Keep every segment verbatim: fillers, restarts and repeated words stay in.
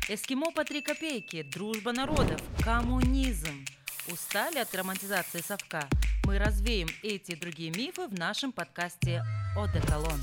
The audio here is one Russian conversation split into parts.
Эскимо по три копейки, дружба народов, коммунизм. Устали от романтизации совка? Мы развеем эти и другие мифы в нашем подкасте «Одеколон».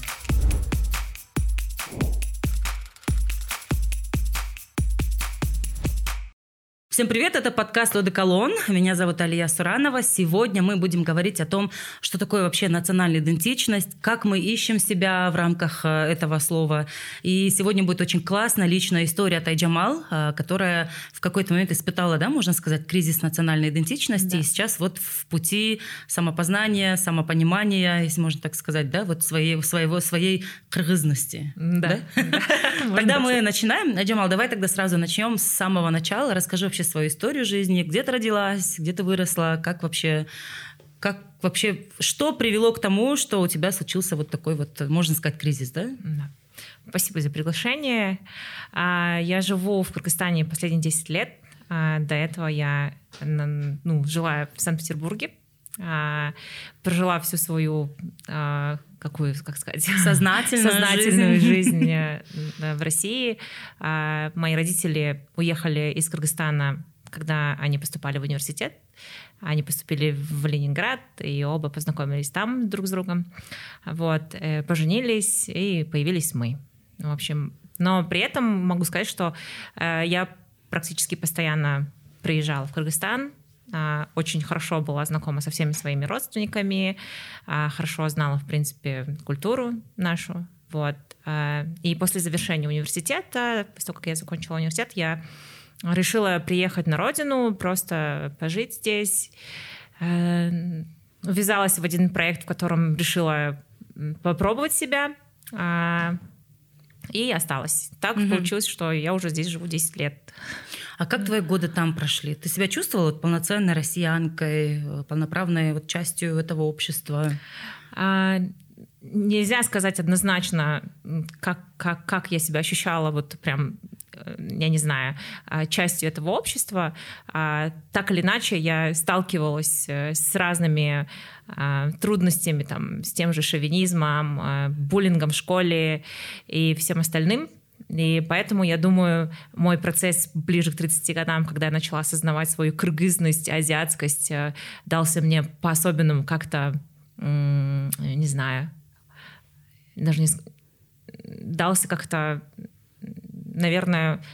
Всем привет, это подкаст «Одеколон». Меня зовут Алия Суранова. Сегодня мы будем говорить о том, что такое вообще национальная идентичность, как мы ищем себя в рамках этого слова. И сегодня будет очень классная личная история от Айджамал, которая в какой-то момент испытала, да, можно сказать, кризис национальной идентичности. Да. И сейчас вот в пути самопознания, самопонимания, если можно так сказать, да, вот своей, своего, своей кыргызности. Да. Тогда мы начинаем. Айджамал, давай тогда сразу начнем с самого начала. Расскажи вообще свою историю жизни, где ты родилась, где ты выросла, как вообще, как вообще, что привело к тому, что у тебя случился вот такой вот, можно сказать, кризис, да? Да. Спасибо за приглашение. Я живу в Кыргызстане последние десять лет. До этого я ну, жила в Санкт-Петербурге, прожила всю свою, какую, как сказать, сознательную, сознательную жизнь, жизнь в России. Мои родители уехали из Кыргызстана, когда они поступали в университет. Они поступили в Ленинград, и оба познакомились там друг с другом. Вот, поженились, и появились мы. В общем, но при этом могу сказать, что я практически постоянно приезжала в Кыргызстан, очень хорошо была знакома со всеми своими родственниками, хорошо знала, в принципе, культуру нашу. Вот. И после завершения университета, после того, как я закончила университет, я решила приехать на родину, просто пожить здесь. Ввязалась в один проект, в котором решила попробовать себя, и осталась. Так mm-hmm. получилось, что я уже здесь живу десять лет. А как твои годы там прошли? Ты себя чувствовала вот полноценной россиянкой, полноправной вот частью этого общества? А, нельзя сказать однозначно, как, как, как я себя ощущала, вот прям, я не знаю, частью этого общества. А, так или иначе, я сталкивалась с разными а, трудностями, там, с тем же шовинизмом, а, буллингом в школе и всем остальным. И поэтому, я думаю, мой процесс ближе к тридцати годам, когда я начала осознавать свою кыргызность, азиатскость, дался мне по-особенному как-то, не знаю, даже не... дался как-то, наверное,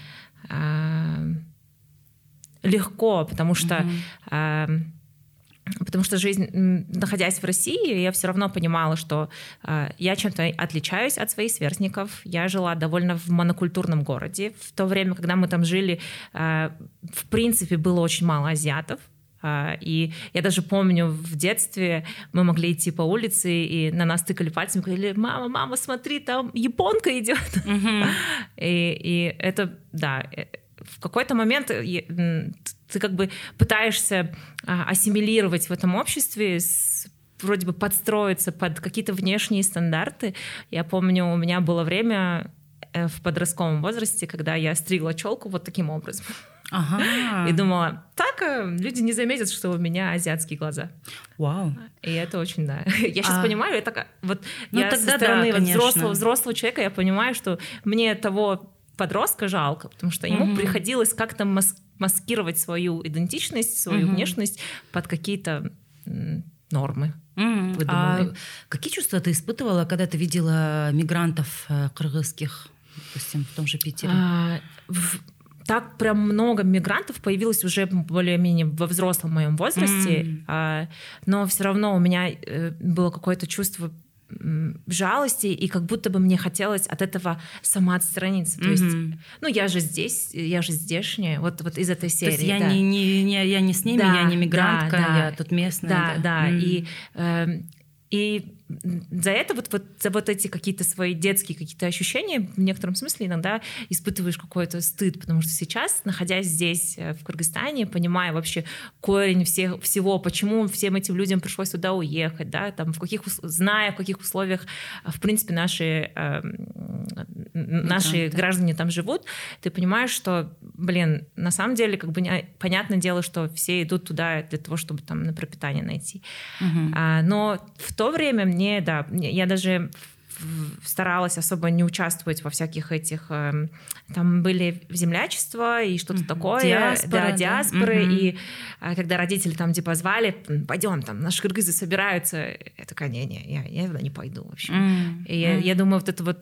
легко, потому что... Mm-hmm. Потому что жизнь, находясь в России, я все равно понимала, что э, я чем-то отличаюсь от своих сверстников. Я жила довольно в монокультурном городе. В то время, когда мы там жили, э, в принципе, было очень мало азиатов. Э, и я даже помню, в детстве мы могли идти по улице, и на нас тыкали пальцем, говорили: «Мама, мама, смотри, там японка идет». Mm-hmm. И, и это, да... В какой-то момент ты как бы пытаешься ассимилировать в этом обществе, вроде бы подстроиться под какие-то внешние стандарты. Я помню, у меня было время в подростковом возрасте, когда я стригла челку вот таким образом. Ага. И думала, так люди не заметят, что у меня азиатские глаза. Вау. И это очень, да. Я сейчас а... понимаю, я так, вот ну, я тогда со стороны да, вот взрослого, взрослого человека, я понимаю, что мне того подростка жалко, потому что ему mm-hmm. приходилось как-то мас- маскировать свою идентичность, свою mm-hmm. внешность под какие-то м, нормы. Mm-hmm. А какие чувства ты испытывала, когда ты видела мигрантов э, кыргызских, допустим, в том же Питере? А, в, так прям много мигрантов появилось уже более-менее во взрослом моем возрасте, mm-hmm. а, но все равно у меня э, было какое-то чувство жалости, и как будто бы мне хотелось от этого самоотстраниться. То mm-hmm. есть, ну, я же здесь, я же здешняя, вот, вот из этой серии. То есть я, да. не, не, не, я не с ними, да, я не мигрантка, да, я тут местная. Да, да. да, Mm-hmm. и, э, и за это вот, вот, за вот эти какие-то свои детские какие-то ощущения в некотором смысле иногда испытываешь какой-то стыд, потому что сейчас, находясь здесь, в Кыргызстане, понимая вообще корень всех, всего, почему всем этим людям пришлось туда уехать, да, там, в каких, зная, в каких условиях, в принципе, наши, э, наши да, граждане да. там живут, ты понимаешь, что, блин, на самом деле, как бы, понятное дело, что все идут туда для того, чтобы там на пропитание найти. Угу. А, но в то время мне, да, я даже старалась особо не участвовать во всяких этих... Там были землячества и что-то mm-hmm. такое. Диаспора, да, да? диаспоры. Mm-hmm. И когда родители там типа звали, пойдем, там наши кыргызы собираются. Я такая, не-не, я, я туда не пойду вообще. Mm-hmm. И я, я думаю, вот это вот...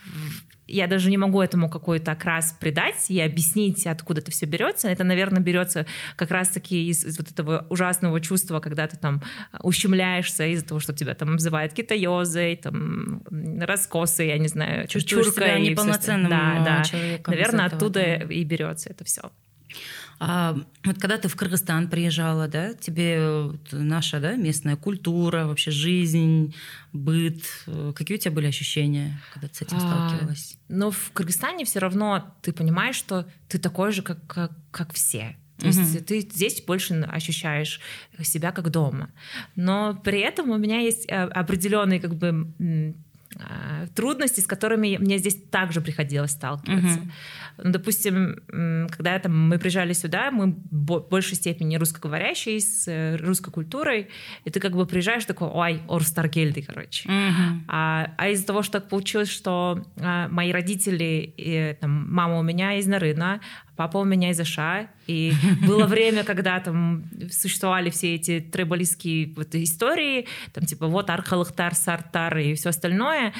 Я даже не могу этому какой-то окрас придать и объяснить, откуда это все берется. Это, наверное, берется как раз-таки из, из вот этого ужасного чувства, когда ты там ущемляешься из-за того, что тебя там обзывают китаёзой, там, раскосой, я не знаю, чувствуешь себя неполноценным да, да. человеком. Наверное, этого, оттуда да. и берется это все. А вот когда ты в Кыргызстан приезжала, да, тебе наша, да, местная культура, вообще жизнь, быт, какие у тебя были ощущения, когда ты с этим сталкивалась? А, но в Кыргызстане все равно ты понимаешь, что ты такой же, как, как, как все. То есть uh-huh. ты здесь больше ощущаешь себя как дома. Но при этом у меня есть определенные как бы трудности, с которыми мне здесь также приходилось сталкиваться. Uh-huh. Ну, допустим, когда там, мы приезжали сюда, мы в большей степени русскоговорящие, с русской культурой, и ты как бы приезжаешь такой, ой, орстаргельды, короче. Uh-huh. А, а из-за того, что так получилось, что а, мои родители, и, там, мама у меня из Нарына, папа у меня из Аша, и было время, когда там существовали все эти трибалистские вот истории, там типа вот Архалыхтар, Сартар и все остальное,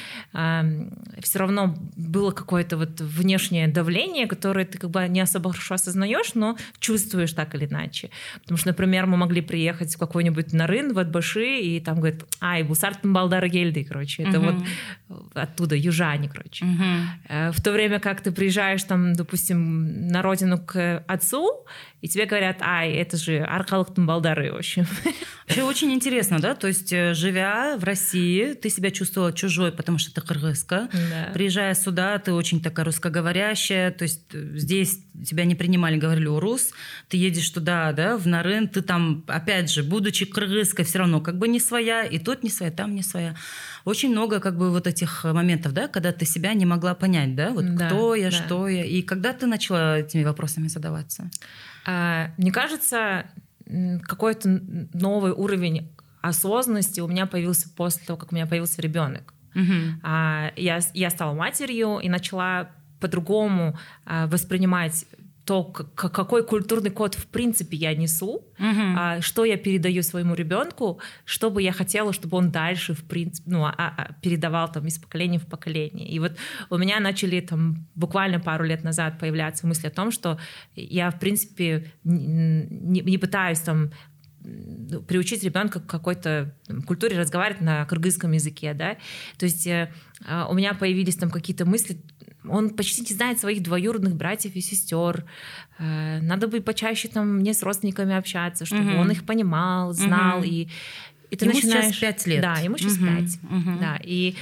все равно было какое-то вот внешнее давление, которое ты как бы не особо хорошо осознаешь, но чувствуешь так или иначе. Потому что, например, мы могли приехать в какой-нибудь Нарын, в Атбаши, и там говорят, ай, Бусартын Балдары Гельды, короче, это uh-huh. вот оттуда, южане, короче. Uh-huh. В то время как ты приезжаешь там, допустим, на родину к отцу, и тебе говорят, ай, это же Архалыктын балдары, в общем. Вообще очень интересно, да? То есть, живя в России, ты себя чувствовала чужой, потому что ты кыргызка. Да. Приезжая сюда, ты очень такая русскоговорящая, то есть здесь тебя не принимали, говорили урус. Ты едешь туда, да, в Нарын, ты там, опять же, будучи кыргызской, все равно как бы не своя, и тут не своя, там не своя. Очень много как бы вот этих моментов, да, когда ты себя не могла понять, да, вот да, кто я, да. что я. И когда ты начала этими вопросами задаваться? А, мне кажется, какой-то новый уровень осознанности у меня появился после того, как у меня появился ребенок. Uh-huh. А, я, я стала матерью и начала по-другому а, воспринимать то, какой культурный код в принципе я несу, uh-huh. что я передаю своему ребенку, что бы я хотела, чтобы он дальше в принципе, ну, а, а, передавал там из поколения в поколение. И вот у меня начали там буквально пару лет назад появляться мысли о том, что я в принципе не, не пытаюсь там приучить ребенка к какой-то культуре разговаривать на кыргызском языке, да. То есть э, у меня появились там какие-то мысли. Он почти не знает своих двоюродных братьев и сестер. Э, надо бы почаще там мне с родственниками общаться, чтобы угу. он их понимал, знал. Угу. И, и ты ему начинаешь... сейчас пять лет. Да, ему сейчас угу. пять. Угу. Да, и,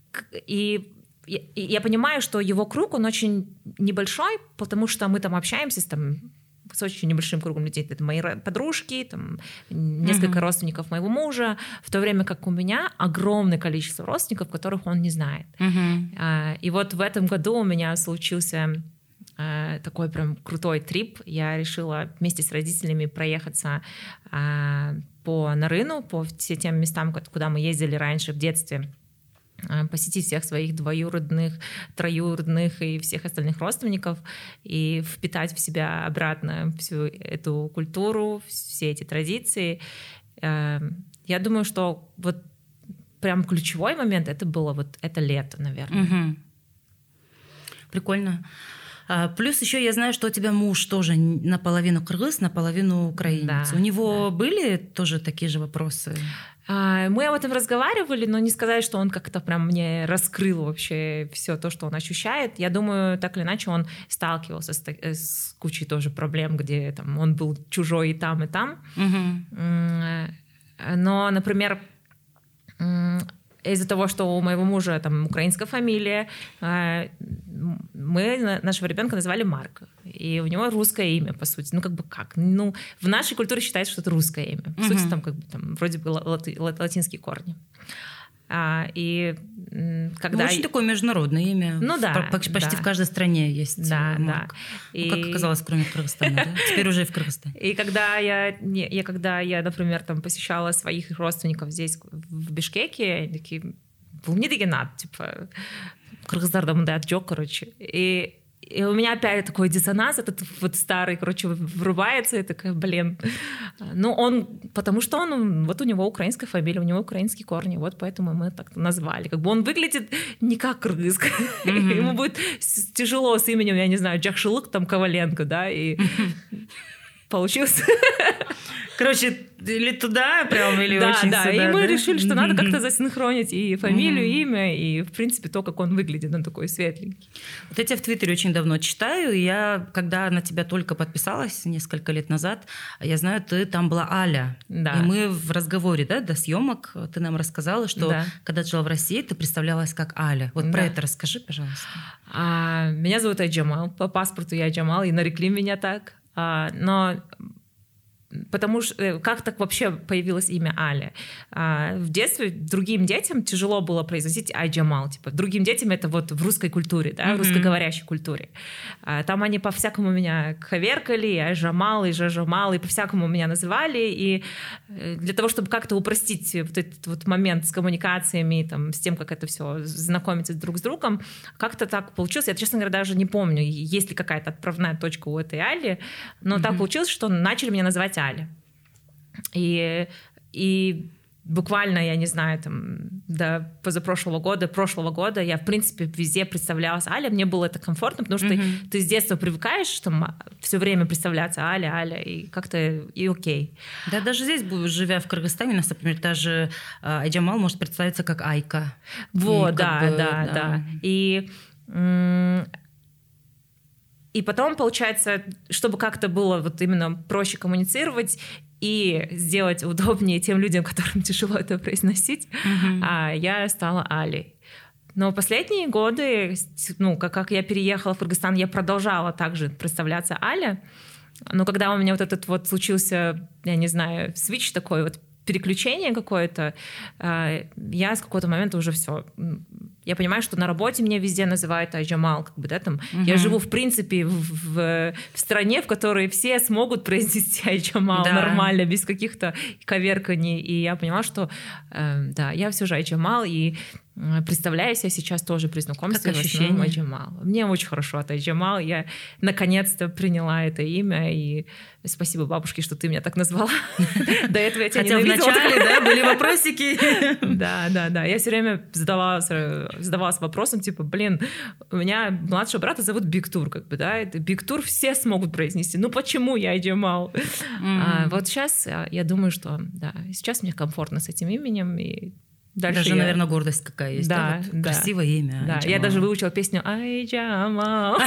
и я, я понимаю, что его круг, он очень небольшой, потому что мы там общаемся с там с очень небольшим кругом людей. Это мои подружки, там, несколько uh-huh. родственников моего мужа, в то время как у меня огромное количество родственников, которых он не знает. Uh-huh. И вот в этом году у меня случился такой прям крутой трип. Я решила вместе с родителями проехаться по Нарыну, по всем тем местам, куда мы ездили раньше в детстве, посетить всех своих двоюродных, троюродных и всех остальных родственников и впитать в себя обратно всю эту культуру, все эти традиции. Я думаю, что вот прям ключевой момент это было вот это лето, наверное. Угу. Прикольно. Плюс еще я знаю, что у тебя муж тоже наполовину кыргыз, наполовину украинец. Да, у него да. были тоже такие же вопросы? Мы об этом разговаривали, но не сказать, что он как-то прям мне раскрыл вообще все то, что он ощущает. Я думаю, так или иначе он сталкивался с, с кучей тоже проблем, где там, он был чужой и там, и там. Угу. Но, например, из-за того, что у моего мужа там украинская фамилия, мы нашего ребенка назвали Марк. И у него русское имя, по сути. Ну, как бы как? Ну, в нашей культуре считается, что это русское имя. По uh-huh. сути, там, как бы, там вроде бы лати- латинские корни. А, и когда... Ну, очень такое международное имя. Ну да. Почти да. в каждой стране есть да, Марк. Да. Ну, и... как оказалось, кроме Кыргызстана, да? Теперь уже и в Кыргызстане. И когда я, я, когда я, например, там посещала своих родственников здесь, в Бишкеке, они такие... бұл не деген ат, типа, қырғыздарда мындай ат жоқ, короче. И И у меня опять такой диссонанс, этот вот старый, короче, врубается, и такая, блин. Ну, он, потому что он, вот у него украинская фамилия, у него украинские корни, вот поэтому мы так назвали. Как бы он выглядит не как кыргыз. Mm-hmm. Ему будет тяжело с именем, я не знаю, Джахшылык, там, Коваленко, да, и получилось... Короче, или туда прям, или да, очень да, сюда, и мы да? решили, что надо как-то засинхронить и фамилию, Mm-hmm. и имя, и, в принципе, то, как он выглядит, он такой светленький. Вот я тебя в Твиттере очень давно читаю, и я, когда на тебя только подписалась несколько лет назад, я знаю, ты там была Аля. Да. И мы в разговоре, да, до съемок ты нам рассказала, что да. когда ты жила в России, ты представлялась как Аля. Вот да. про это расскажи, пожалуйста. А, меня зовут Айджамал, по паспорту я Айджамал, и нарекли меня так, а, но... Потому что как так вообще появилось имя Аля? А, в детстве другим детям тяжело было произносить Айджамал. Типа, другим детям это вот в русской культуре, да, mm-hmm. в русскоговорящей культуре. А, там они по-всякому меня коверкали, и Айжамал, и Жажамал, и по-всякому меня называли. И для того, чтобы как-то упростить вот этот вот момент с коммуникациями, там, с тем, как это все знакомиться друг с другом, как-то так получилось. Я, честно говоря, даже не помню, есть ли какая-то отправная точка у этой Али, но mm-hmm. так получилось, что начали меня называть Аля. И, и буквально, я не знаю, там, до позапрошлого года, прошлого года я, в принципе, везде представлялась Аля. Мне было это комфортно, потому что mm-hmm. ты, ты с детства привыкаешь, что все время представляться Аля, Аля, и как-то и окей. Да, даже здесь, живя в Кыргызстане, у нас, например, даже Айджамал может представиться как Айка. Вот, и да, бы, да, да, да. И... М- И потом, получается, чтобы как-то было вот именно проще коммуницировать и сделать удобнее тем людям, которым тяжело это произносить, mm-hmm. я стала Алей. Но последние годы, ну, как, как я переехала в Кыргызстан, я продолжала также представляться Аля. Но когда у меня вот этот вот случился, я не знаю, свитч такой вот, переключение какое-то, я с какого-то момента уже все. Я понимаю, что на работе меня везде называют Айджамал, как бы, да, там. Uh-huh. Я живу, в принципе, в, в, в стране, в которой все смогут произнести Айджамал да. нормально, без каких-то коверканий. И я поняла, что, э, да, я все же Айджамал, и представляюсь я сейчас тоже при знакомстве в основном Айджамал. Мне очень хорошо от Айджамал. Я наконец-то приняла это имя, и спасибо бабушке, что ты меня так назвала. До этого я тебя ненавидела. Хотя вначале, да, были вопросики. Да, да, да. Я все время задавалась, задавалась вопросом, типа, блин, у меня младшего брата зовут Биктур, как бы, да, это Биктур все смогут произнести. Ну почему я Айджамал? А, вот сейчас я думаю, что, да, сейчас мне комфортно с этим именем, и дальше даже, я... наверное, гордость какая есть. Да, да? Вот да. Красивое имя. Да, я даже выучила песню Айджамал.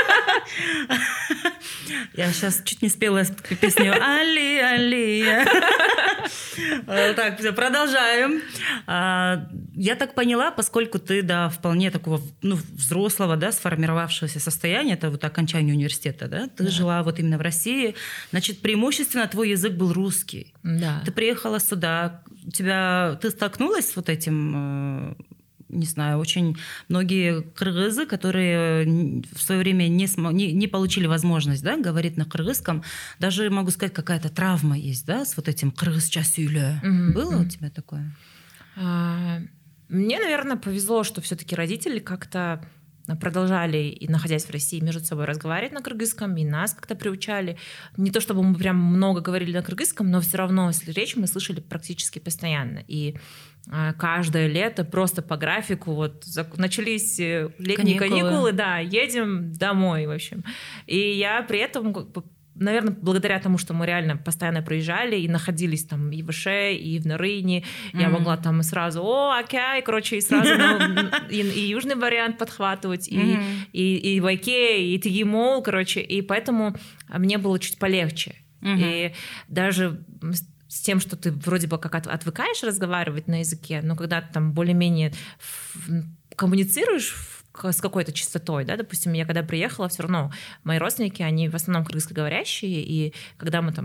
Я сейчас чуть не спела песню «Али, Али». Так, все, продолжаем. Я так поняла, поскольку ты, да, вполне такого, ну, взрослого, да, сформировавшегося состояния, это вот окончание университета, да, ты да. жила вот именно в России, значит, преимущественно твой язык был русский. Да. Ты приехала сюда, у тебя, ты столкнулась с вот этим... не знаю, очень многие кыргызы, которые в свое время не, см... не, не получили возможность, да, говорить на кыргызском, даже, могу сказать, какая-то травма есть, да, с вот этим кыргызча сүйлө. Mm-hmm. Было у тебя такое? А, мне, наверное, повезло, что все-таки родители как-то продолжали, и находясь в России, между собой разговаривать на кыргызском, и нас как-то приучали. Не то чтобы мы прям много говорили на кыргызском, но все равно речь мы слышали практически постоянно. И каждое лето просто по графику вот начались летние каникулы, каникулы да, едем домой, в общем. И я при этом, наверное, благодаря тому, что мы реально постоянно проезжали и находились там и в Ише, и в Нарыне, mm-hmm. я могла там сразу, о, окей, короче, и сразу ну, и, и южный вариант подхватывать, mm-hmm. и, и, и в Айке, и Тегимол, короче, и поэтому мне было чуть полегче. Mm-hmm. И даже с тем, что ты вроде бы как отвыкаешь разговаривать на языке, но когда ты там более-менее коммуницируешь с какой-то частотой, да, допустим, я когда приехала, все равно мои родственники, они в основном кыргызскоговорящие, и когда мы там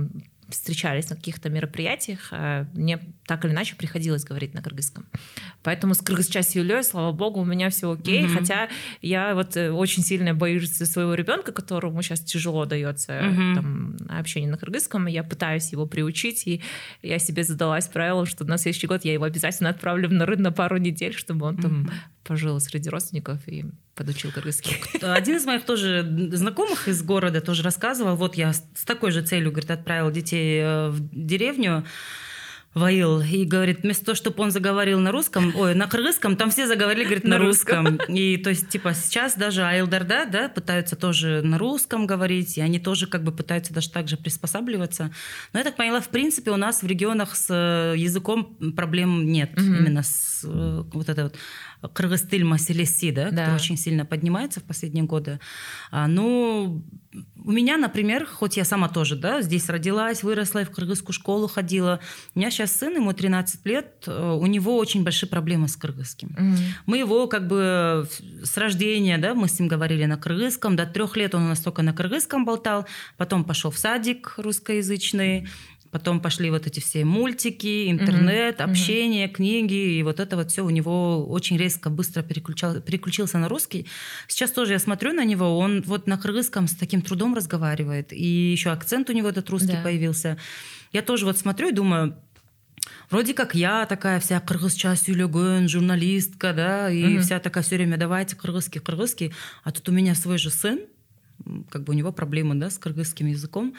встречались на каких-то мероприятиях, мне так или иначе приходилось говорить на кыргызском. Поэтому с кыргызча Юлей, слава богу, у меня все окей. Mm-hmm. Хотя я вот очень сильно боюсь своего ребенка, которому сейчас тяжело дается mm-hmm. там, общение на кыргызском. Я пытаюсь его приучить, и я себе задалась правило, что на следующий год я его обязательно отправлю в Нарын на пару недель, чтобы он mm-hmm. там пожил среди родственников и подучил кыргызский. Один из моих тоже знакомых из города тоже рассказывал, вот я с такой же целью, говорит, отправил детей в деревню, в Аил, и говорит, вместо того, чтобы он заговорил на русском, ой, на кыргызском, там все заговорили, говорит, на, на русском. русском. И то есть, типа, сейчас даже Аилдарда, да, пытаются тоже на русском говорить, и они тоже как бы пытаются даже так же приспосабливаться. Но я так поняла, в принципе, у нас в регионах с языком проблем нет. Mm-hmm. Именно с вот этой вот кыргыз-тиль маселеси, да, да, который очень сильно поднимается в последние годы. А, ну, у меня, например, хоть я сама тоже, да, здесь родилась, выросла, и в кыргызскую школу ходила. У меня сейчас сын, ему тринадцать лет, у него очень большие проблемы с кыргызским. Mm-hmm. Мы его как бы с рождения, да, мы с ним говорили на кыргызском, до трех лет он у нас только на кыргызском болтал, потом пошел в садик русскоязычный, потом пошли вот эти все мультики, интернет, mm-hmm. общение, mm-hmm. книги, и вот это вот все у него очень резко, быстро переключал, переключился на русский. Сейчас тоже я смотрю на него, он вот на кыргызском с таким трудом разговаривает, и еще акцент у него этот русский да. появился. Я тоже вот смотрю и думаю, вроде как я такая вся кыргызча сүйлөгөн, журналистка, да, и mm-hmm. вся такая все время давайте кыргызский, кыргызский, а тут у меня свой же сын, как бы у него проблемы, да, с кыргызским языком,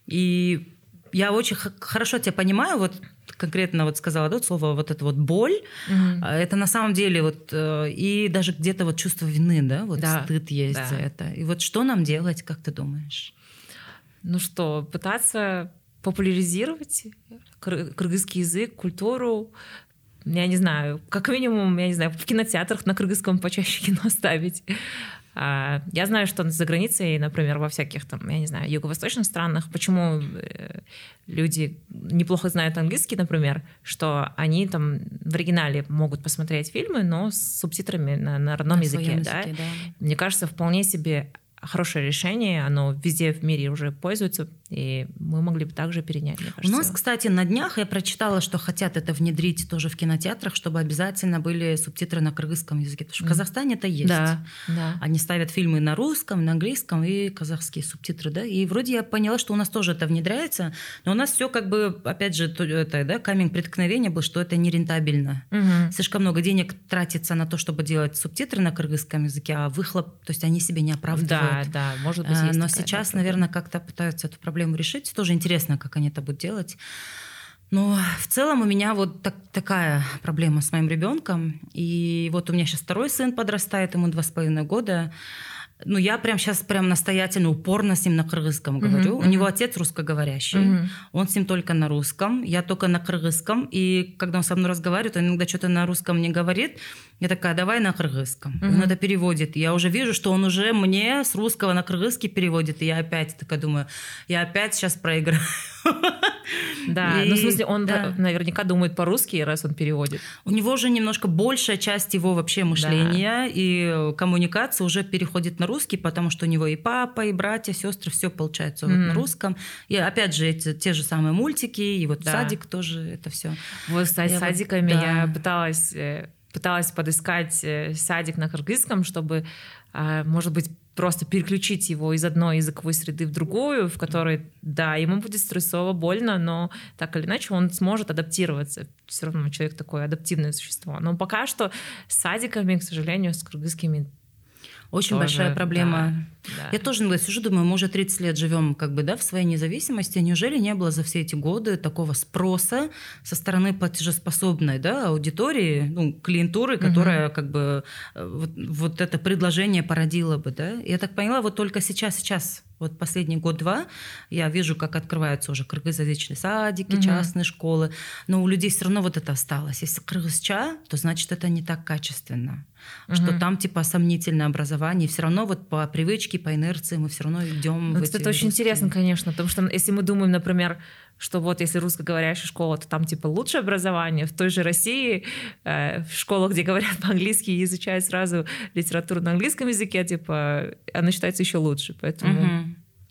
и я очень х- хорошо тебя понимаю, вот конкретно вот сказала, да, слово вот это вот боль, mm-hmm. это на самом деле вот и даже где-то вот чувство вины, да, вот да, стыд есть да. за это. И вот что нам делать, как ты думаешь? Ну что, пытаться популяризировать кыр- кыргызский язык, культуру, я не знаю, как минимум, я не знаю, в кинотеатрах на кыргызском почаще кино ставить. Я знаю, что за границей, например, во всяких там, я не знаю, юго-восточных странах, почему люди неплохо знают английский, например, что они там в оригинале могут посмотреть фильмы, но с субтитрами на, на родном на языке, языке да? Да. Мне кажется, вполне себе хорошее решение, оно везде в мире уже пользуется, и мы могли бы также перенять, мне кажется. У нас, кстати, на днях я прочитала, что хотят это внедрить тоже в кинотеатрах, чтобы обязательно были субтитры на кыргызском языке, потому что в Казахстане это есть. Да, да. Они ставят фильмы на русском, на английском и казахские субтитры, да, и вроде я поняла, что у нас тоже это внедряется, но у нас все как бы, опять же, это, да, камень преткновения был, что это нерентабельно. Угу. Слишком много денег тратится на то, чтобы делать субтитры на кыргызском языке, а выхлоп, то есть они себе не оправдывают. Да, да, может быть, есть но такая, сейчас, да, наверное, как-то пытаются эту проблему решить. Тоже интересно, как они это будут делать. Но в целом у меня вот так, такая проблема с моим ребенком. И вот у меня сейчас второй сын подрастает, ему два с половиной года. Ну, я прям сейчас прям настоятельно, упорно с ним на кыргызском говорю. Uh-huh, uh-huh. У него отец русскоговорящий, uh-huh. он с ним только на русском, я только на кыргызском. И когда он со мной разговаривает, он иногда что-то на русском не говорит. Я такая, давай на кыргызском. Uh-huh. Он это переводит. Я уже вижу, что он уже мне с русского на кыргызский переводит. И я опять такая думаю, я опять сейчас проиграю. Да, и, ну в смысле он да. наверняка думает по-русски, раз он переводит. У него же немножко большая часть его вообще мышления да. и коммуникации уже переходит на русский, потому что у него и папа, и братья, сестры, все получается mm-hmm. вот на русском. И опять же эти, те же самые мультики, и вот да. садик тоже это все. Вот с садиками вот, да. я пыталась, пыталась подыскать садик на кыргызском, чтобы, может быть, просто переключить его из одной языковой среды в другую, в которой, да, ему будет стрессово, больно, но так или иначе он сможет адаптироваться. Все равно человек такое адаптивное существо. Но пока что с садиками, к сожалению, с кыргызскими очень тоже большая проблема. Да, да. Я тоже иногда сижу, думаю, мы уже тридцать лет живем как бы, да, в своей независимости. Неужели не было за все эти годы такого спроса со стороны платежеспособной, да, аудитории, ну, клиентуры, которая угу. как бы вот, вот это предложение породила бы, да? Я так поняла, вот только сейчас, сейчас, вот последний год-два, я вижу, как открываются уже кыргызязычные садики, угу. частные школы, но у людей все равно вот это осталось. Если кыргызча, то значит это не так качественно. Угу. Что там типа сомнительное образование, и все равно вот по привычке, по инерции мы все равно идем. Вот это очень русские. Интересно, конечно, потому что если мы думаем, например, что вот если русскоговорящая школа, то там типа лучшее образование, в той же России э, в школах, где говорят по-английски и изучают сразу литературу на английском языке, типа она считается еще луше, поэтому. Угу.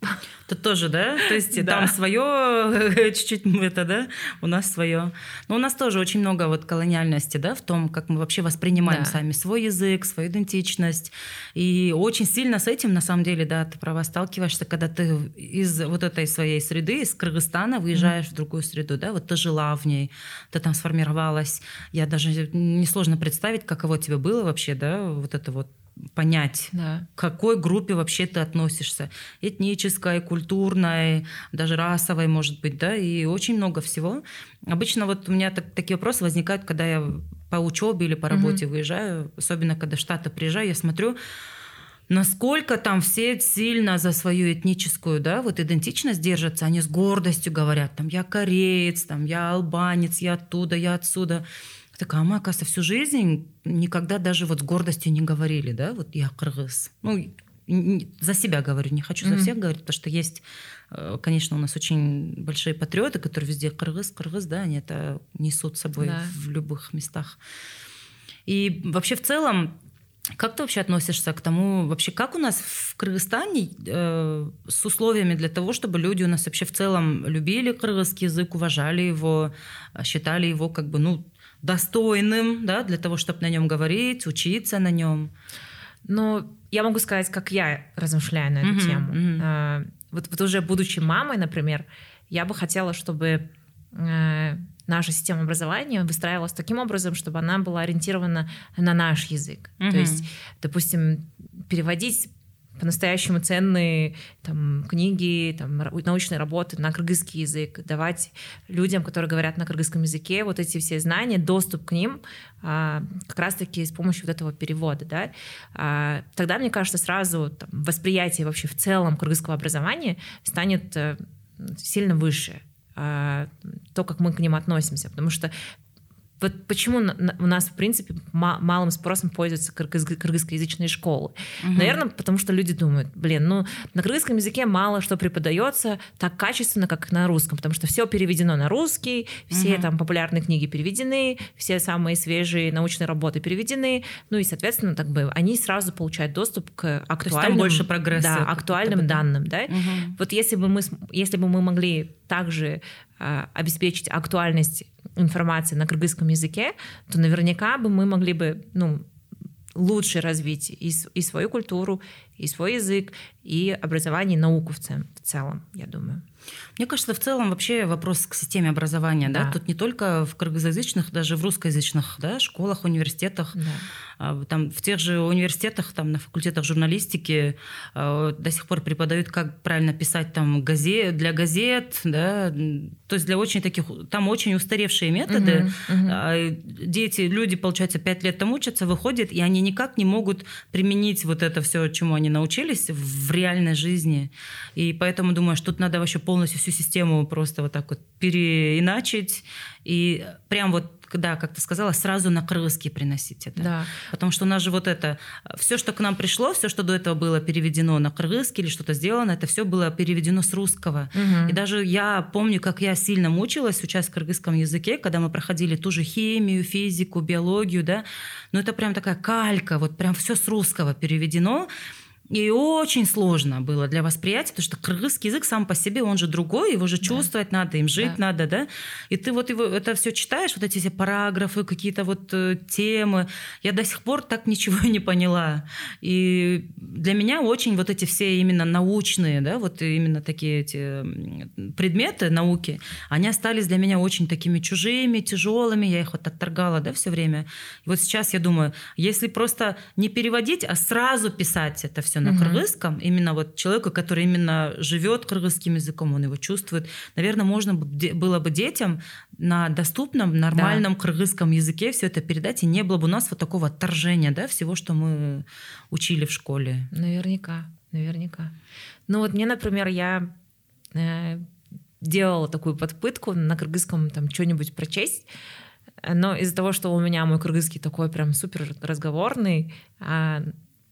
Тут тоже, да? То есть да. Там свое чуть-чуть это, да? У нас свое. Но у нас тоже очень много вот колониальности, да, в том, как мы вообще воспринимаем да. сами свой язык, свою идентичность. И очень сильно с этим, на самом деле, да, ты права, сталкиваешься, когда ты из вот этой своей среды, из Кыргызстана, выезжаешь mm-hmm. в другую среду, да, вот ты жила в ней, ты там сформировалась. Я даже несложно представить, каково тебе было вообще, да, вот это вот понять, да. к какой группе вообще ты относишься. Этнической, культурной, даже расовой, может быть, да, и очень много всего. Обычно вот у меня так, такие вопросы возникают, когда я по учебе или по работе mm-hmm. выезжаю, особенно когда в Штаты приезжаю, я смотрю, насколько там все сильно за свою этническую, да, вот идентичность держатся, они с гордостью говорят, там, я кореец, там, я албанец, я оттуда, я отсюда. Такая, а мы, оказывается, всю жизнь никогда даже вот с гордостью не говорили, да, вот я кыргыз. Ну, за себя говорю, не хочу за mm-hmm. всех говорить, потому что есть, конечно, у нас очень большие патриоты, которые везде кыргыз, кыргыз, да, они это несут с собой да. в любых местах. И вообще в целом, как ты вообще относишься к тому, вообще как у нас в Кыргызстане э, с условиями для того, чтобы люди у нас вообще в целом любили кыргызский язык, уважали его, считали его как бы, ну, достойным, да, для того, чтобы на нем говорить, учиться на нем? Ну, я могу сказать, как я размышляю на эту uh-huh, тему. Uh-huh. Вот, вот уже будучи мамой, например, я бы хотела, чтобы э, наша система образования выстраивалась таким образом, чтобы она была ориентирована на наш язык. Uh-huh. То есть, допустим, переводить по-настоящему ценные там, книги, там, научные работы на кыргызский язык, давать людям, которые говорят на кыргызском языке, вот эти все знания, доступ к ним а, как раз-таки с помощью вот этого перевода. Да? А, тогда, мне кажется, сразу там, восприятие вообще в целом кыргызского образования станет а, сильно выше. А, то, как мы к ним относимся. Потому что вот почему у нас, в принципе, малым спросом пользуются кыргызскоязычные школы? Угу. Наверное, потому что люди думают, блин, ну на кыргызском языке мало что преподается так качественно, как на русском, потому что все переведено на русский, все угу. там популярные книги переведены, все самые свежие научные работы переведены, ну и, соответственно, так бы они сразу получают доступ к актуальным, то есть там больше прогресса, да, актуальным данным. Да? Угу. Вот если бы мы, если бы мы могли также э, обеспечить актуальность информации на кыргызском языке, то наверняка бы мы могли бы ну, лучше развить и, и свою культуру, и свой язык, и образование, и науку в целом, в целом, я думаю. Мне кажется, в целом вообще вопрос к системе образования. Да. Да? Тут не только в кыргызоязычных, даже в русскоязычных да, школах, университетах. Да. Там, в тех же университетах, там, на факультетах журналистики э, до сих пор преподают, как правильно писать там, газет, для газет. Да? То есть для очень таких... Там очень устаревшие методы. Uh-huh, uh-huh. Дети, люди, получается, пять лет там учатся, выходят, и они никак не могут применить вот это все, чему они научились в реальной жизни. И поэтому думаю, что тут надо вообще полностью всю систему просто вот так вот переиначить и прям вот, да, как ты сказала, сразу на кыргызский приносить это. Да. Потому что у нас же вот это, все, что к нам пришло, все, что до этого было переведено на кыргызский или что-то сделано, это все было переведено с русского. Угу. И даже я помню, как я сильно мучилась, учась в кыргызском языке, когда мы проходили ту же химию, физику, биологию, да, но это прям такая калька, вот прям все с русского переведено. И очень сложно было для восприятия, потому что кыргызский язык сам по себе, он же другой, его же чувствовать да. надо, им жить да. надо, да. И ты вот его, это все читаешь, вот эти все параграфы, какие-то вот э, темы. Я до сих пор так ничего не поняла. И для меня очень вот эти все именно научные, да, вот именно такие эти предметы науки, они остались для меня очень такими чужими, тяжелыми. Я их вот отторгала, да, все время. И вот сейчас я думаю, если просто не переводить, а сразу писать это все на кыргызском, uh-huh. именно вот человеку, который именно живет кыргызским языком, он его чувствует, наверное, можно было бы детям на доступном, нормальном да. кыргызском языке все это передать, и не было бы у нас вот такого отторжения, да, всего, что мы учили в школе. Наверняка, наверняка. Ну вот мне, например, я э, делала такую подпытку на кыргызском там что-нибудь прочесть, но из-за того, что у меня мой кыргызский такой прям супер разговорный, а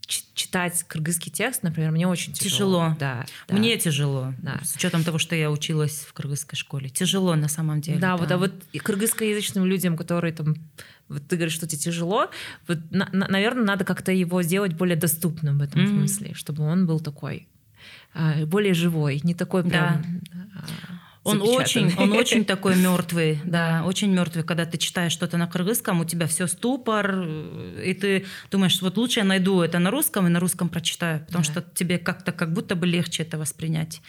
читать кыргызский текст, например, мне очень тяжело. Тяжело. Да, да. Мне тяжело. Да. С учетом того, что я училась в кыргызской школе. Тяжело на самом деле. Да, да. вот, а вот кыргызскоязычным людям, которые там, вот ты говоришь, что тебе тяжело, вот, на, на, наверное, надо как-то его сделать более доступным в этом mm-hmm. смысле, чтобы он был такой более живой, не такой прям... Да. Он очень, он очень такой мертвый, да, очень мертвый. Когда ты читаешь что-то на кыргызском, у тебя все ступор, и ты думаешь, вот лучше я найду это на русском и на русском прочитаю, потому да. что тебе как-то как будто бы легче это воспринять.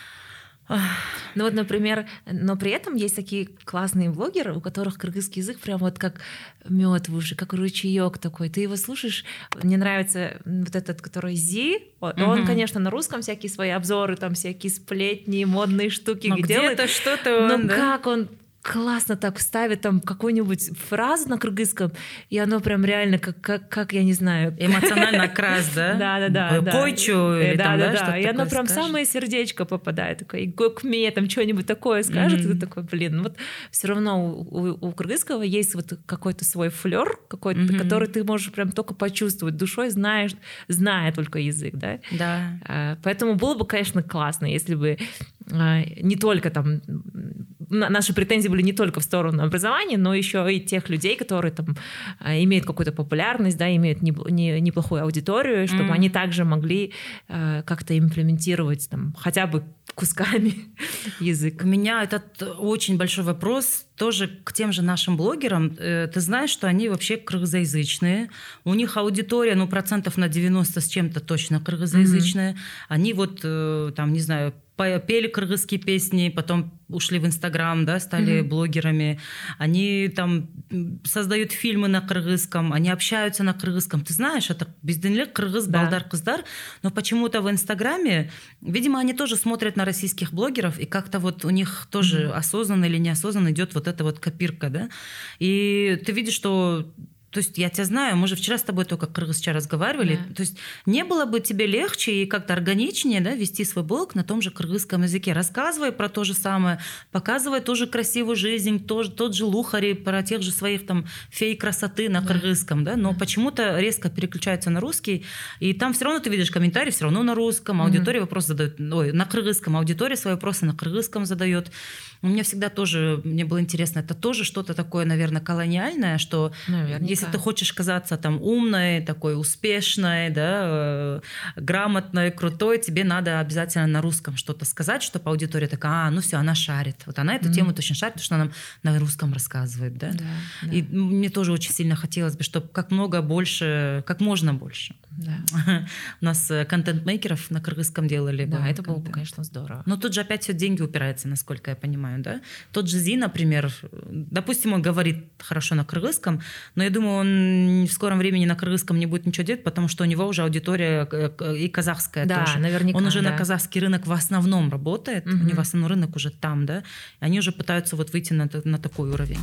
Ну вот, например, но при этом есть такие классные блогеры, у которых кыргызский язык прям вот как мед в уши, как ручеек такой. Ты его слушаешь, мне нравится вот этот, который Зи, он, угу. конечно, на русском всякие свои обзоры, там всякие сплетни, модные штуки но делает. Где-то что-то он, но да? как он классно так вставит там какую-нибудь фразу на кыргызском, и оно прям реально как, как, как я не знаю... Эмоционально крас, да? Да-да-да. Койчу или там, да, что-то и оно прям скажет. Самое сердечко попадает. Такое, и гокме, там что-нибудь такое скажет, mm-hmm. и ты такой, блин, вот все равно у, у, у кыргызского есть вот какой-то свой флёр, какой-то, mm-hmm. который ты можешь прям только почувствовать душой, знаешь, зная только язык, да? Да. А, поэтому было бы, конечно, классно, если бы а, не только там... Наши претензии были не только в сторону образования, но еще и тех людей, которые там имеют какую-то популярность, да, имеют неплохую аудиторию, чтобы mm. они также могли как-то имплементировать там, хотя бы кусками язык. У меня этот очень большой вопрос тоже к тем же нашим блогерам. Ты знаешь, что они вообще кыргызоязычные. У них аудитория, ну, процентов на девяносто с чем-то точно кыргызоязычная. Mm-hmm. Они вот, там, не знаю, пели кыргызские песни, потом ушли в Инстаграм, да, стали mm-hmm. блогерами. Они там создают фильмы на кыргызском, они общаются на кыргызском. Ты знаешь, это безденлек кыргыз, да. балдар кыздар, но почему-то в Инстаграме, видимо, они тоже смотрят на российских блогеров, и как-то вот у них тоже mm-hmm. осознанно или неосознанно идет вот эта вот копирка, да. И ты видишь, что... То есть я тебя знаю, мы же вчера с тобой только кыргызча разговаривали. Да. То есть не было бы тебе легче и как-то органичнее, да, вести свой блог на том же кыргызском языке. Рассказывай про то же самое, показывай тоже красивую жизнь, тот, тот же лухари, про тех же своих там фей красоты на да. кыргызском, да, но да. почему-то резко переключаются на русский, и там все равно ты видишь комментарии, все равно на русском, аудитория mm-hmm. вопрос задает, ой, на кыргызском, аудитория свои вопросы на кыргызском задает. У меня всегда тоже, мне было интересно, это тоже что-то такое, наверное, колониальное, что наверняка. Если ты хочешь казаться там умной, такой успешной, да, грамотной, крутой, тебе надо обязательно на русском что-то сказать, чтобы аудитория такая, а, ну все, она шарит. Вот она эту mm-hmm. тему точно шарит, потому что она нам на русском рассказывает, да? Да, да. И мне тоже очень сильно хотелось бы, чтобы как много больше, как можно больше. Да. У нас контент-мейкеров на кыргызском делали. Да, бы, это было бы, конечно, здорово. Но тут же опять все деньги упирается, насколько я понимаю, да? Тот же Зи, например, допустим, он говорит хорошо на кыргызском, но я думаю, он в скором времени на кыргызском не будет ничего делать, потому что у него уже аудитория и казахская да, тоже. Наверняка, он уже да. на казахский рынок в основном работает, угу. у него основной рынок уже там, да? И они уже пытаются вот выйти на, на такой уровень.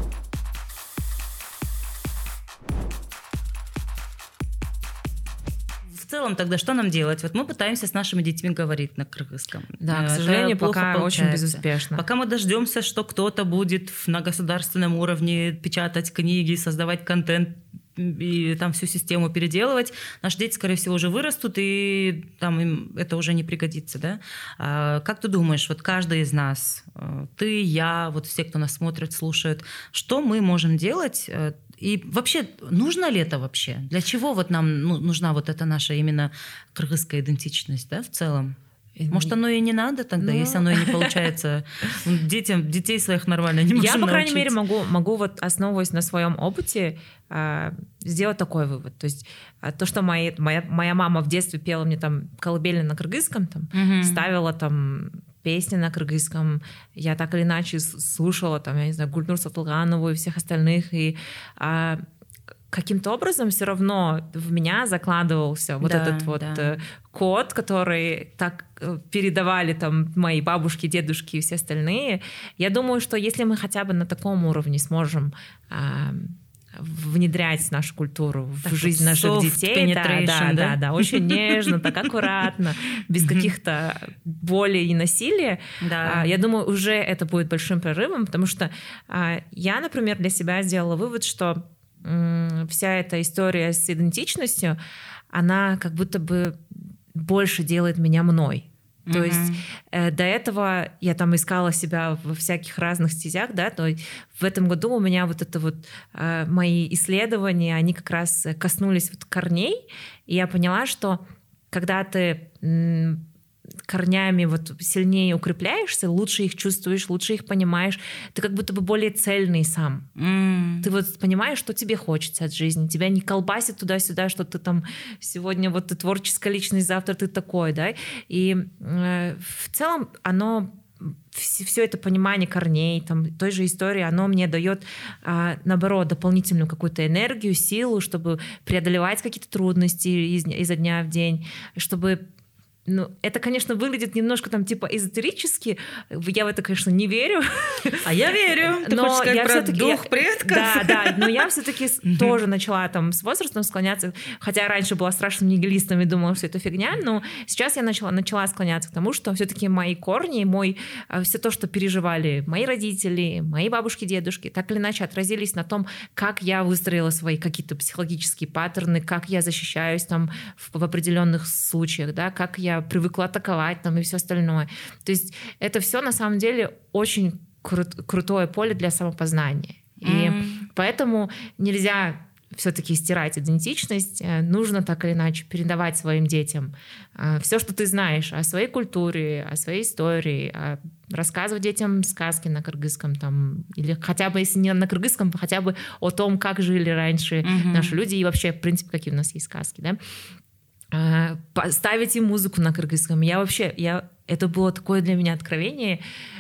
В целом тогда что нам делать? Вот мы пытаемся с нашими детьми говорить на кыргызском. Да, к сожалению, это пока очень безуспешно. Пока мы дождемся, что кто-то будет на государственном уровне печатать книги, создавать контент и там всю систему переделывать, наши дети, скорее всего, уже вырастут, и там им это уже не пригодится, да? А как ты думаешь, вот каждый из нас, ты, я, вот все, кто нас смотрит, слушает, что мы можем делать? И вообще, нужно ли это вообще? Для чего вот нам ну, нужна вот эта наша именно кыргызская идентичность, да, в целом? Может, оно и не надо тогда, но... если оно и не получается детям, детей своих нормально не можем Я, по научить. крайней мере, могу, могу вот, основываясь на своем опыте, сделать такой вывод. То есть то, что моя, моя, моя мама в детстве пела мне там колыбельные на кыргызском, там, угу. ставила там песни на кыргызском, я так или иначе слушала там, я не знаю, Гульнур Сатылганову и всех остальных, и а, каким-то образом все равно в меня закладывался вот да, этот вот да. код, который так передавали там мои бабушки, дедушки и все остальные. Я думаю, что если мы хотя бы на таком уровне сможем а, внедрять нашу культуру так в жизнь наших детей, да, да, да, да, да, очень нежно, так аккуратно, без каких-то боли и насилия, да. я думаю, уже это будет большим прорывом, потому что я, например, для себя сделала вывод, что вся эта история с идентичностью, она как будто бы больше делает меня мной. То mm-hmm. есть э, до этого я там искала себя во всяких разных стезях, да, то в этом году у меня вот это вот э, мои исследования, они как раз коснулись вот корней, и я поняла, что когда ты м, корнями вот сильнее укрепляешься, лучше их чувствуешь, лучше их понимаешь. Ты как будто бы более цельный сам. Mm. Ты вот понимаешь, что тебе хочется от жизни. Тебя не колбасит туда-сюда, что ты там сегодня вот ты творческая личность, завтра ты такой, да. И э, в целом оно все это понимание корней, там, той же истории, оно мне дает, а, наоборот, дополнительную какую-то энергию, силу, чтобы преодолевать какие-то трудности из, изо дня в день, чтобы... Ну, это, конечно, выглядит немножко там типа эзотерически. Я в это, конечно, не верю. А я верю. Ты но хочешь сказать я про дух я, предков? Да, да. Но я все-таки тоже начала там с возрастом склоняться. Хотя раньше была страшным нигилистом и думала, что это фигня. Но сейчас я начала, начала склоняться к тому, что все-таки мои корни, мой, все то, что переживали мои родители, мои бабушки, дедушки, так или иначе отразились на том, как я выстроила свои какие-то психологические паттерны, как я защищаюсь там в, в определенных случаях, да, как я Я привыкла атаковать там и все остальное. То есть это все на самом деле очень кру- крутое поле для самопознания. И mm. поэтому нельзя все-таки стирать идентичность, нужно так или иначе передавать своим детям все, что ты знаешь о своей культуре, о своей истории, рассказывать детям сказки на кыргызском там, или хотя бы, если не на кыргызском, хотя бы о том, как жили раньше mm-hmm. наши люди и вообще, в принципе, какие у нас есть сказки, да. Ставить им музыку на кыргызском. Я вообще, я, это было такое для меня откровение.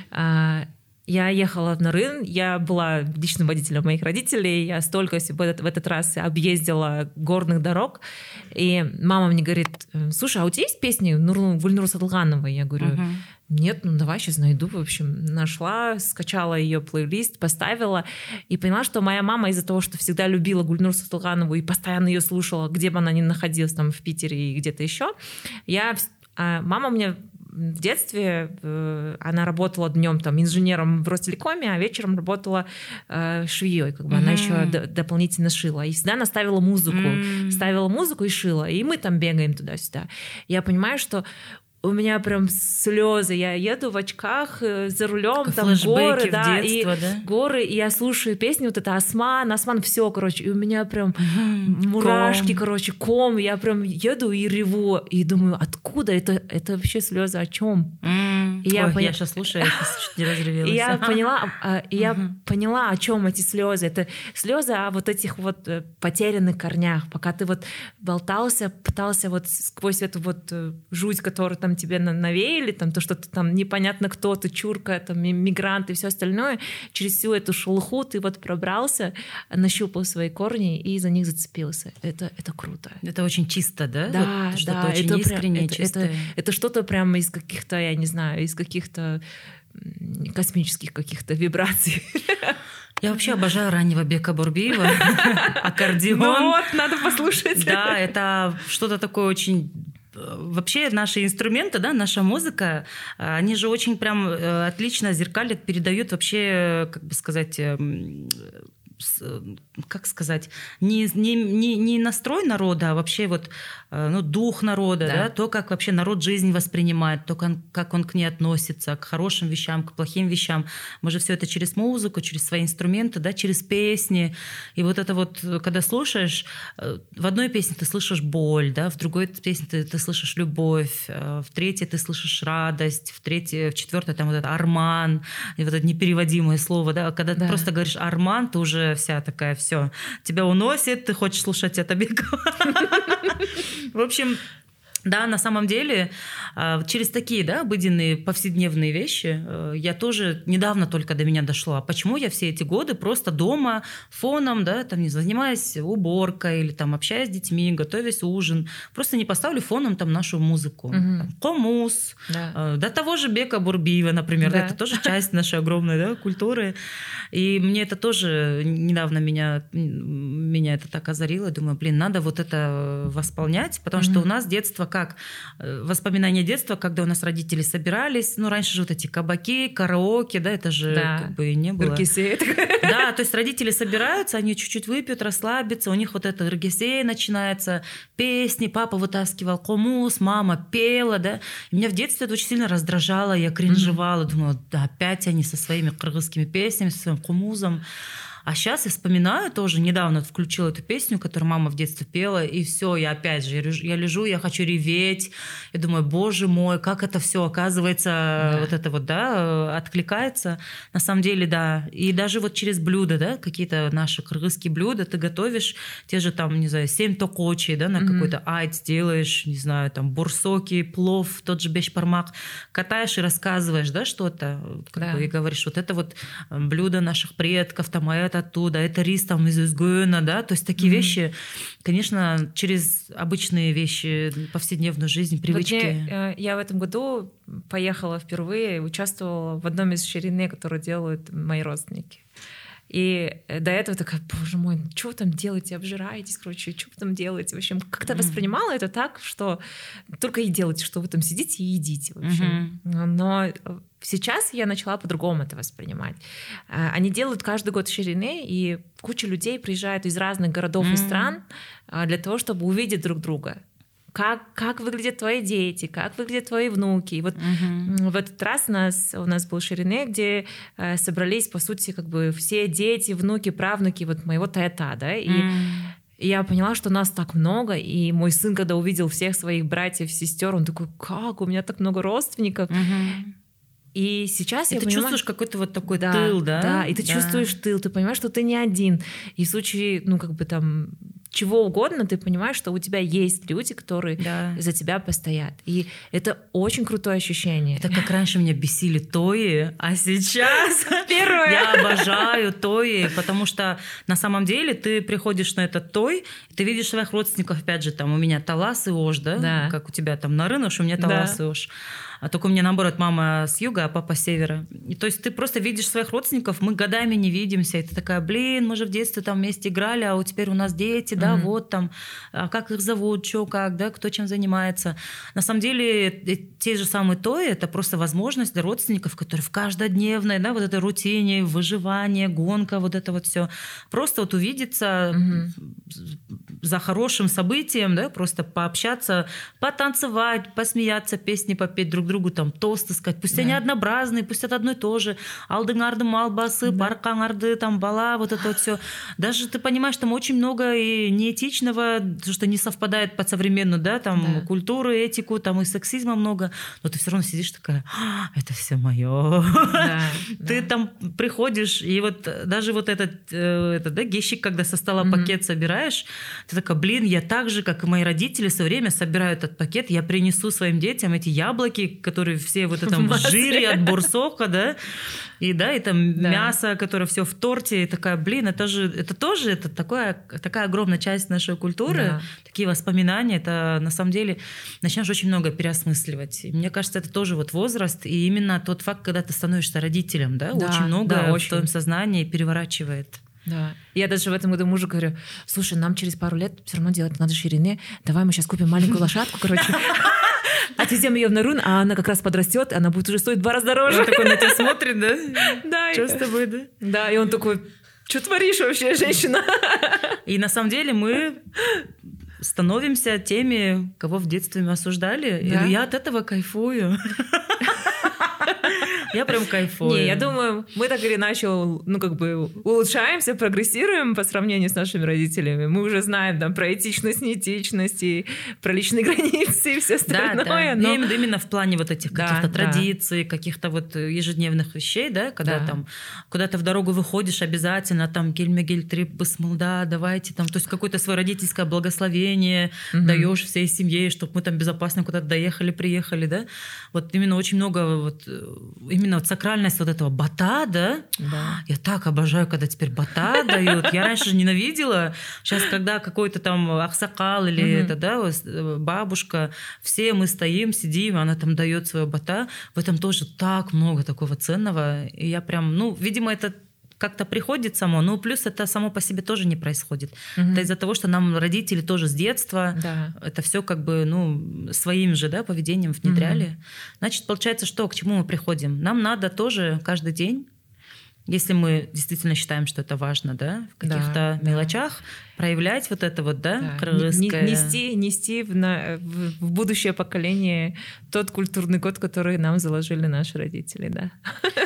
Я ехала в Нарын, я была личным водителем моих родителей, я столько в этот, в этот раз объездила горных дорог, и мама мне говорит: слушай, а у тебя есть песни Гульнуры Сатылгановой? Я говорю: uh-huh. нет, ну давай сейчас найду. В общем, нашла, скачала ее плейлист, поставила и поняла, что моя мама из-за того, что всегда любила Гульнуру Сатылганову и постоянно ее слушала, где бы она ни находилась, там в Питере и где-то еще, я, мама мне в детстве, она работала днем там инженером в Ростелекоме, а вечером работала э, швеей, как бы mm-hmm. она еще д- дополнительно шила. И всегда она ставила музыку, mm-hmm. ставила музыку и шила. И мы там бегаем туда-сюда. Я понимаю, что у меня прям слезы. Я еду в очках за рулем, как там горы, да, детство, и да? горы, и я слушаю песню вот это Осман, Осман, все, короче, и у меня прям mm-hmm. мурашки, ком. короче, ком. Я прям еду и реву, и думаю, откуда это? Это вообще слезы о чем? Mm. И я, Ой, пон... я сейчас слушаю, я сейчас чуть не разревелась. И я поняла, и я mm-hmm. поняла, о чем эти слезы. Это слезы о вот этих вот потерянных корнях, пока ты вот болтался, пытался вот сквозь эту вот жуть, которую там тебе навеяли, там, то, что ты там непонятно кто, ты чурка, там, мигрант и все остальное, через всю эту шелуху ты вот пробрался, нащупал свои корни и за них зацепился. Это, это круто. Это очень чисто, да? Да, вот, что-то да. очень это искреннее, это, чистое. Это, это что-то прямо из каких-то, я не знаю, из каких-то космических каких-то вибраций. Я вообще обожаю раннего Бека Бурбиева, аккордеон. Ну вот, надо послушать. Да, это что-то такое очень... Вообще наши инструменты, да, наша музыка, они же очень прям отлично зеркалят, передают вообще, как бы сказать... как сказать, не, не, не, не настрой народа, а вообще вот, ну, дух народа, да. Да, то, как вообще народ жизнь воспринимает, то, как он к ней относится, к хорошим вещам, к плохим вещам. Мы же все это через музыку, через свои инструменты, да, через песни. И вот это вот, когда слушаешь, в одной песне ты слышишь боль, да, в другой песне ты, ты слышишь любовь, в третьей ты слышишь радость, в третьей, в четвертой там вот это арман, и вот это непереводимое слово, да, когда да. ты просто говоришь арман, ты уже вся такая, все, тебя уносит, ты хочешь слушать это Бекова. В общем, да, на самом деле, через такие, да, обыденные повседневные вещи я тоже недавно только до меня дошло. Почему я все эти годы просто дома фоном, да, там не занимаясь уборкой или там общаясь с детьми, готовясь ужин, просто не поставлю фоном там нашу музыку. Угу. Комус, да. до того же Бека Бурбиева, например, да. Это тоже часть нашей огромной, да, культуры. И мне это тоже недавно меня, меня это так озарило. Думаю, блин, надо вот это восполнять, потому угу. что у нас детство как воспоминания детства, когда у нас родители собирались, ну, раньше же вот эти кабаки, караоке, да, это же да. как бы не было. Иргисей. Да, то есть родители собираются, они чуть-чуть выпьют, расслабятся, у них вот это иргисей начинается, песни, папа вытаскивал комус, мама пела, да. И меня в детстве это очень сильно раздражало, я кринжевала, mm-hmm. думала, да, опять они со своими кыргызскими песнями, со своим комузом. А сейчас я вспоминаю тоже, недавно включила эту песню, которую мама в детстве пела, и все, я опять же, я лежу, я хочу реветь, я думаю, боже мой, как это все оказывается, да. вот это вот, да, откликается. На самом деле, да. И даже вот через блюда, да, какие-то наши кыргызские блюда ты готовишь, те же там, не знаю, семь токочи, да, на mm-hmm. какой-то айт делаешь, не знаю, там, бурсоки, плов, тот же бешпармак, катаешь и рассказываешь, да, что-то, как да. бы, и говоришь, вот это вот блюдо наших предков, там, а это оттуда, это рис там из Узгуена, да, то есть такие mm-hmm. вещи, конечно, через обычные вещи, повседневную жизнь, привычки. Вот мне, я в этом году поехала впервые и участвовала в одном из ширине, которые делают мои родственники. И до этого такая, боже мой, ну что вы там делаете, обжираетесь, короче, что вы там делаете? В общем, как-то mm-hmm. воспринимала это так, что только и делайте, что вы там сидите и едите, в общем. Mm-hmm. Но сейчас я начала по-другому это воспринимать. Они делают каждый год ширине, и куча людей приезжают из разных городов mm-hmm. и стран для того, чтобы увидеть друг друга. Как, как выглядят твои дети, как выглядят твои внуки. И вот uh-huh. в этот раз у нас, у нас был ширине, где э, собрались, по сути, как бы все дети, внуки, правнуки вот моего тета, да, и uh-huh. И я поняла, что нас так много, и мой сын, когда увидел всех своих братьев, сестер, он такой, как, у меня так много родственников. Uh-huh. И сейчас и я ты понимаю... чувствуешь какой-то вот такой да, тыл, да? Да, и ты да. чувствуешь тыл, ты понимаешь, что ты не один. И в случае, ну, как бы там... чего угодно, ты понимаешь, что у тебя есть люди, которые да. за тебя постоят. И это очень крутое ощущение. Это как раньше меня бесили тои, а сейчас Первое. я обожаю тои, потому что на самом деле ты приходишь на этот той, ты видишь своих родственников, опять же, там у меня Талас и Ош, да? да. Как у тебя там Нарыныш, у меня Талас да. и Ош. А только у меня, наоборот, мама с юга, а папа с севера. И то есть ты просто видишь своих родственников, мы годами не видимся, и ты такая, блин, мы же в детстве там вместе играли, а вот теперь у нас дети, да, mm-hmm. вот там, а как их зовут, что, как, да, кто чем занимается. На самом деле те же самые тои — это просто возможность для родственников, которые в каждодневной, да, вот этой рутине, выживание, гонка, вот это вот все, просто вот увидеться mm-hmm. за хорошим событием, да, просто пообщаться, потанцевать, посмеяться, песни попеть друг другу, там, тосты сказать. Пусть да. они однообразные, пусть это одно и то же. Алдыңарды малбасы, да. барқаңарды, там, бала, вот это вот все. Даже ты понимаешь, там очень много и неэтичного, что не совпадает под современную, да, там, да. культуру, этику, там, и сексизма много. Но ты все равно сидишь такая, это все мое. Да, ты да. там приходишь, и вот даже вот этот, этот да, гещик, когда со стола mm-hmm. пакет собираешь, ты такая, блин, я так же, как и мои родители, все время собираю этот пакет, я принесу своим детям эти яблоки, которые все вот это в жире от бурсока, да, и да, и там да. мясо, которое все в торте, и такая, блин, это же, это тоже, это такая, такая огромная часть нашей культуры, да. такие воспоминания, это на самом деле начинаешь очень много переосмысливать. И мне кажется, это тоже вот возраст, и именно тот факт, когда ты становишься родителем, да, да очень много да, очень. в твоем сознании переворачивает. Да. Я даже в этом году мужу говорю, слушай, нам через пару лет все равно делать надо ширине, давай мы сейчас купим маленькую лошадку, короче, отвезем ее в Нарун, а она как раз подрастет, она будет уже стоить в два раза дороже. Он такой на тебя смотрит, да? Да. Что с тобой, да? Да, и он такой, что творишь вообще, женщина? И на самом деле мы становимся теми, кого в детстве мы осуждали. Да? И я от этого кайфую. Я прям кайфую. Не, я думаю, мы так или иначе, ну, как бы улучшаемся, прогрессируем по сравнению с нашими родителями. Мы уже знаем там про этичность, неэтичность, и про личные границы и все остальное. Да, да. Но... Я именно в плане вот этих да, каких-то да. традиций, каких-то вот ежедневных вещей, да, когда да. там куда-то в дорогу выходишь, обязательно там гельмегель трип басмалда, давайте там, то есть какое-то свое родительское благословение угу. даешь всей семье, чтобы мы там безопасно куда-то доехали, приехали, да. Вот именно очень много вот именно вот сакральность вот этого бата, да? да. Я так обожаю, когда теперь бата дают. Я раньше же ненавидела. Сейчас, когда какой-то там аксакал или mm-hmm. это, да, бабушка, все мы стоим, сидим, она там дает свое бата. В этом тоже так много такого ценного. И я прям, ну, видимо, это как-то приходит само, ну, плюс это само по себе тоже не происходит. Mm-hmm. Это из-за того, что нам родители тоже с детства да. это все как бы, ну, своим же, да, поведением внедряли. Mm-hmm. Значит, получается, что, к чему мы приходим? Нам надо тоже каждый день, если мы действительно считаем, что это важно, да, в каких-то да, мелочах, да. проявлять вот это вот, да, да. крылыское. Нести, нести в, на, в, в будущее поколение тот культурный код, который нам заложили наши родители, да.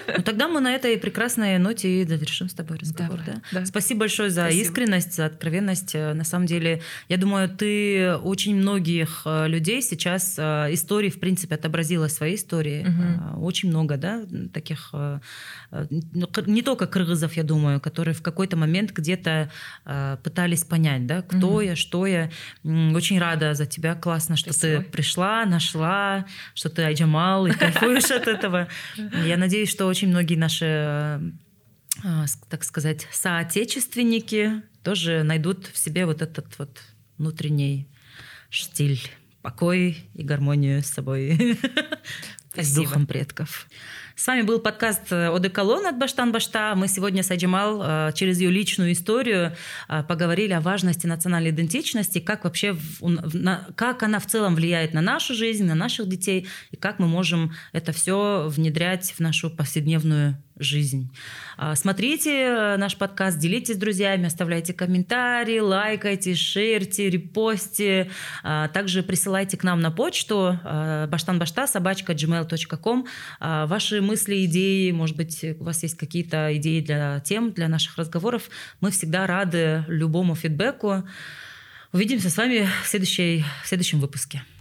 Ну, тогда мы на этой прекрасной ноте и завершим с тобой разговор. Давай, да? да. Спасибо большое за Спасибо. искренность, за откровенность. На самом деле, я думаю, ты очень многих людей сейчас истории, в принципе, отобразила свои истории. Угу. Очень много, да, таких, не только кыргызов, я думаю, которые в какой-то момент где-то пытались понять, да, кто угу. я, что я. Очень рада за тебя, классно, что Спасибо. Ты пришла, нашла, что ты айджамал и кайфуешь от этого. Я надеюсь, что очень многие наши, так сказать, соотечественники тоже найдут в себе вот этот вот внутренний штиль, покой и гармонию с собой, с духом предков. С вами был подкаст «Одеколон» от Баштан Башта. Мы сегодня с Айджамал через ее личную историю поговорили о важности национальной идентичности, как вообще, как она в целом влияет на нашу жизнь, на наших детей, и как мы можем это все внедрять в нашу повседневную жизнь. Смотрите наш подкаст, делитесь с друзьями, оставляйте комментарии, лайкайте, шерьте, репостите. Также присылайте к нам на почту баштанбашта собака джи мейл точка ком ваши мысли, идеи, может быть, у вас есть какие-то идеи для тем, для наших разговоров. Мы всегда рады любому фидбэку. Увидимся с вами в, следующей, в следующем выпуске.